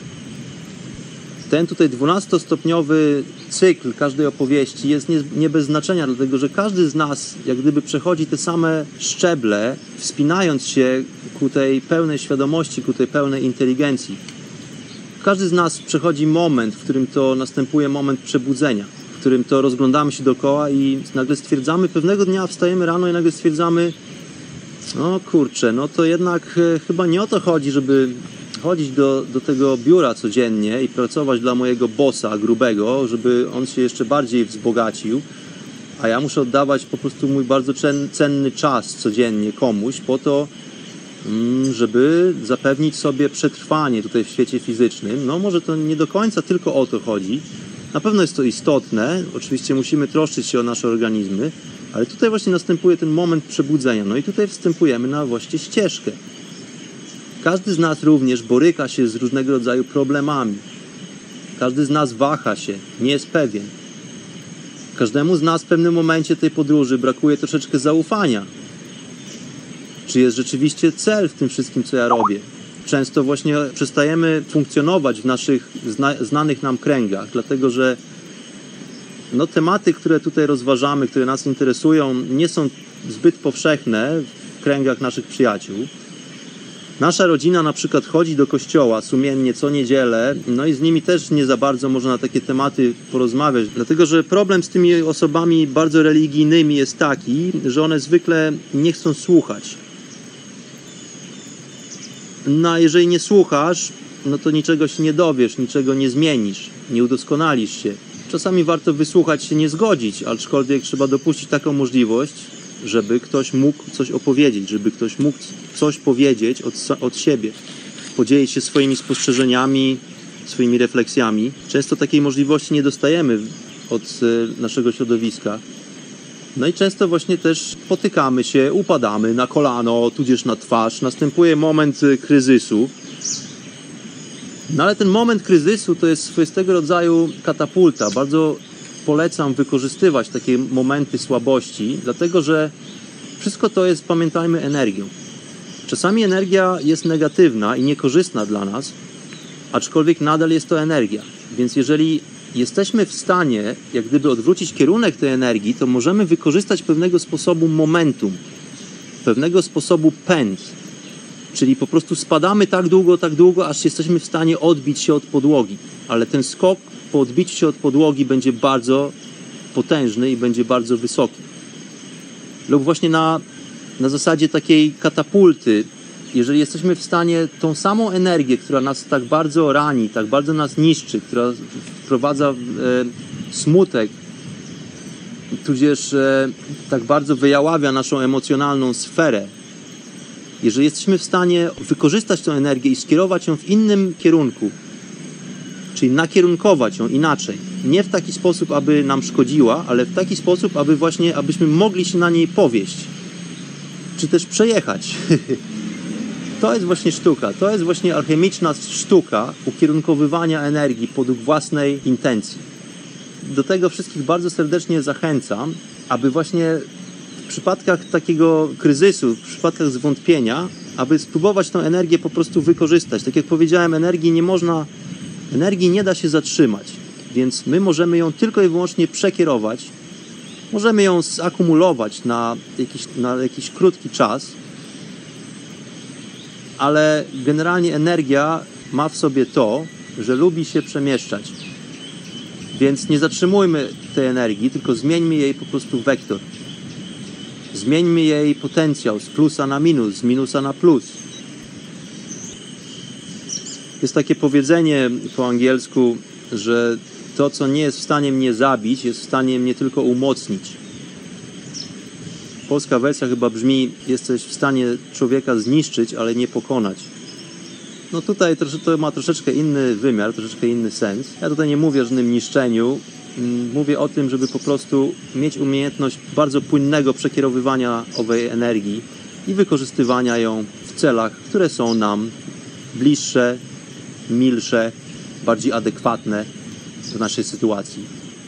Ten tutaj dwunastostopniowy cykl każdej opowieści jest nie, nie bez znaczenia, dlatego że każdy z nas jak gdyby przechodzi te same szczeble, wspinając się ku tej pełnej świadomości, ku tej pełnej inteligencji. Każdy z nas przechodzi moment, w którym to następuje moment przebudzenia, w którym to rozglądamy się dookoła i nagle stwierdzamy, pewnego dnia wstajemy rano i nagle stwierdzamy, no kurczę, no to jednak e, chyba nie o to chodzi, żeby chodzić do, do tego biura codziennie i pracować dla mojego bossa grubego, żeby on się jeszcze bardziej wzbogacił, a ja muszę oddawać po prostu mój bardzo cenny czas codziennie komuś po to, żeby zapewnić sobie przetrwanie tutaj w świecie fizycznym. No może to nie do końca tylko o to chodzi. Na pewno jest to istotne, oczywiście musimy troszczyć się o nasze organizmy, ale tutaj właśnie następuje ten moment przebudzenia. No i tutaj wstępujemy na właśnie ścieżkę. Każdy z nas również boryka się z różnego rodzaju problemami. Każdy z nas waha się, nie jest pewien. Każdemu z nas w pewnym momencie tej podróży brakuje troszeczkę zaufania. Czy jest rzeczywiście cel w tym wszystkim, co ja robię? Często właśnie przestajemy funkcjonować w naszych zna znanych nam kręgach, dlatego że no, tematy, które tutaj rozważamy, które nas interesują, nie są zbyt powszechne w kręgach naszych przyjaciół. Nasza rodzina na przykład chodzi do kościoła sumiennie co niedzielę, no i z nimi też nie za bardzo można na takie tematy porozmawiać, dlatego że problem z tymi osobami bardzo religijnymi jest taki, że one zwykle nie chcą słuchać. No a jeżeli nie słuchasz, no to niczego się nie dowiesz, niczego nie zmienisz, nie udoskonalisz się. Czasami warto wysłuchać się, nie zgodzić, aczkolwiek trzeba dopuścić taką możliwość, żeby ktoś mógł coś opowiedzieć, żeby ktoś mógł coś powiedzieć od, od siebie, podzielić się swoimi spostrzeżeniami, swoimi refleksjami. Często takiej możliwości nie dostajemy od naszego środowiska. No i często właśnie też potykamy się, upadamy na kolano, tudzież na twarz. Następuje moment kryzysu. No ale ten moment kryzysu to jest swoistego rodzaju katapulta. Bardzo polecam wykorzystywać takie momenty słabości, dlatego że wszystko to jest, pamiętajmy, energią. Czasami energia jest negatywna i niekorzystna dla nas, aczkolwiek nadal jest to energia. Więc jeżeli jesteśmy w stanie jak gdyby odwrócić kierunek tej energii, to możemy wykorzystać pewnego sposobu momentum, pewnego sposobu pęd. Czyli po prostu spadamy tak długo, tak długo, aż jesteśmy w stanie odbić się od podłogi. Ale ten skok po odbiciu się od podłogi będzie bardzo potężny i będzie bardzo wysoki. Lub właśnie na, na zasadzie takiej katapulty, jeżeli jesteśmy w stanie tą samą energię, która nas tak bardzo rani, tak bardzo nas niszczy, która wprowadza e, smutek, tudzież e, tak bardzo wyjaławia naszą emocjonalną sferę, jeżeli jesteśmy w stanie wykorzystać tę energię i skierować ją w innym kierunku, czyli nakierunkować ją inaczej, nie w taki sposób, aby nam szkodziła, ale w taki sposób, aby właśnie, abyśmy mogli się na niej powieść, czy też przejechać. To jest właśnie sztuka, to jest właśnie alchemiczna sztuka ukierunkowywania energii podług własnej intencji. Do tego wszystkich bardzo serdecznie zachęcam, aby właśnie w w przypadkach takiego kryzysu, w przypadkach zwątpienia, aby spróbować tę energię po prostu wykorzystać. Tak jak powiedziałem, energii nie można, energii nie da się zatrzymać, więc my możemy ją tylko i wyłącznie przekierować. Możemy ją zakumulować na jakiś, na jakiś krótki czas, ale generalnie energia ma w sobie to, że lubi się przemieszczać. Więc nie zatrzymujmy tej energii, tylko zmieńmy jej po prostu wektor. Zmieńmy jej potencjał z plusa na minus, z minusa na plus. Jest takie powiedzenie po angielsku, że to, co nie jest w stanie mnie zabić, jest w stanie mnie tylko umocnić. Polska wersja chyba brzmi: jesteś w stanie człowieka zniszczyć, ale nie pokonać. No tutaj to ma troszeczkę inny wymiar, troszeczkę inny sens. Ja tutaj nie mówię o żadnym niszczeniu. Mówię o tym, żeby po prostu mieć umiejętność bardzo płynnego przekierowywania owej energii i wykorzystywania ją w celach, które są nam bliższe, milsze, bardziej adekwatne do naszej sytuacji.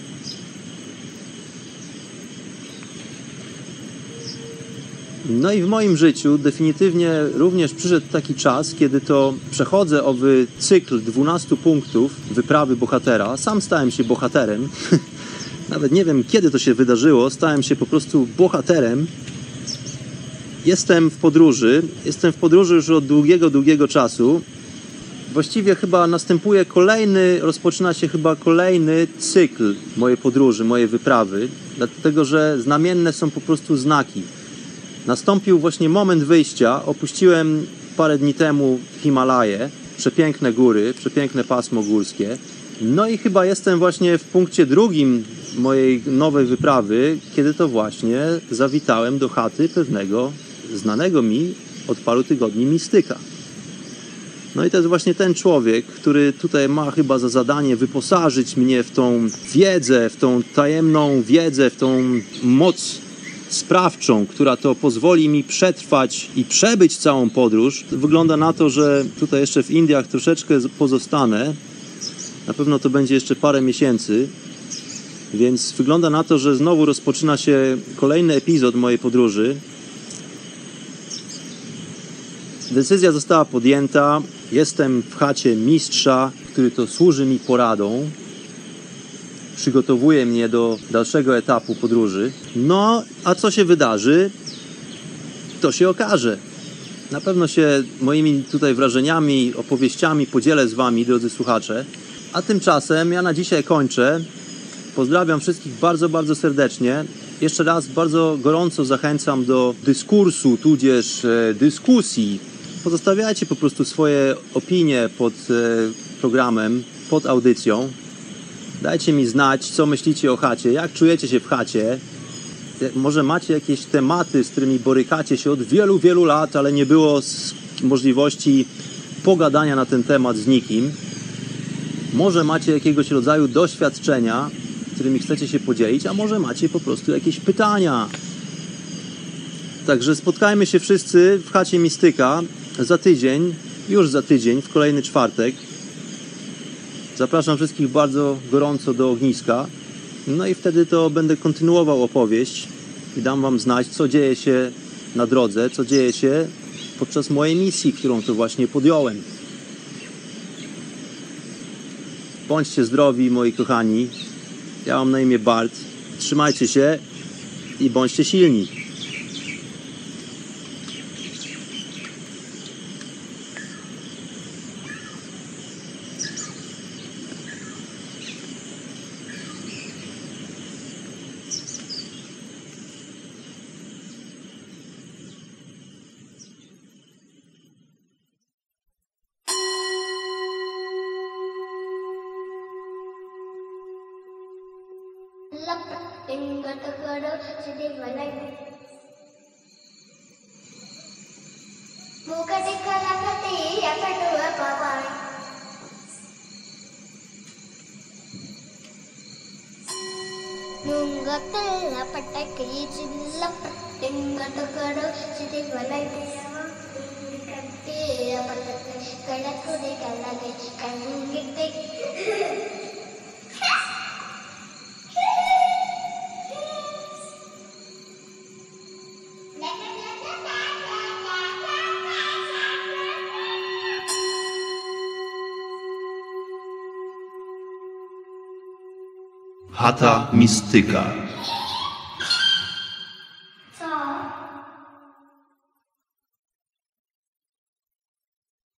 No i w moim życiu definitywnie również przyszedł taki czas, kiedy to przechodzę owy cykl dwunastu punktów wyprawy bohatera. Sam stałem się bohaterem. Nawet nie wiem, kiedy to się wydarzyło. Stałem się po prostu bohaterem. Jestem w podróży. Jestem w podróży już od długiego, długiego czasu. Właściwie chyba następuje kolejny, rozpoczyna się chyba kolejny cykl mojej podróży, mojej wyprawy. Dlatego, że znamienne są po prostu znaki. Nastąpił właśnie moment wyjścia. Opuściłem parę dni temu Himalaje, przepiękne góry, przepiękne pasmo górskie. No i chyba jestem właśnie w punkcie drugim mojej nowej wyprawy, kiedy to właśnie zawitałem do chaty pewnego znanego mi od paru tygodni mistyka. No i to jest właśnie ten człowiek, który tutaj ma chyba za zadanie wyposażyć mnie w tą wiedzę, w tą tajemną wiedzę, w tą moc sprawczą, która to pozwoli mi przetrwać i przebyć całą podróż. Wygląda na to, że tutaj jeszcze w Indiach troszeczkę pozostanę. Na pewno to będzie jeszcze parę miesięcy. Więc wygląda na to, że znowu rozpoczyna się kolejny epizod mojej podróży. Decyzja została podjęta. Jestem w chacie mistrza, który to służy mi poradą. Przygotowuje mnie do dalszego etapu podróży. No, a co się wydarzy, to się okaże. Na pewno się moimi tutaj wrażeniami, opowieściami podzielę z wami, drodzy słuchacze. A tymczasem ja na dzisiaj kończę. Pozdrawiam wszystkich bardzo, bardzo serdecznie. Jeszcze raz bardzo gorąco zachęcam do dyskursu, tudzież e, dyskusji. Pozostawiajcie po prostu swoje opinie pod e, programem, pod audycją. Dajcie mi znać, co myślicie o chacie, jak czujecie się w chacie. Może macie jakieś tematy, z którymi borykacie się od wielu, wielu lat, ale nie było możliwości pogadania na ten temat z nikim. Może macie jakiegoś rodzaju doświadczenia, którymi chcecie się podzielić, a może macie po prostu jakieś pytania. Także spotkajmy się wszyscy w chacie Mistyka za tydzień, już za tydzień, w kolejny czwartek. Zapraszam wszystkich bardzo gorąco do ogniska. No i wtedy to będę kontynuował opowieść i dam wam znać, co dzieje się na drodze, co dzieje się podczas mojej misji, którą to właśnie podjąłem. Bądźcie zdrowi, moi kochani. Ja mam na imię Bart. Trzymajcie się i bądźcie silni. Chata Mistyka.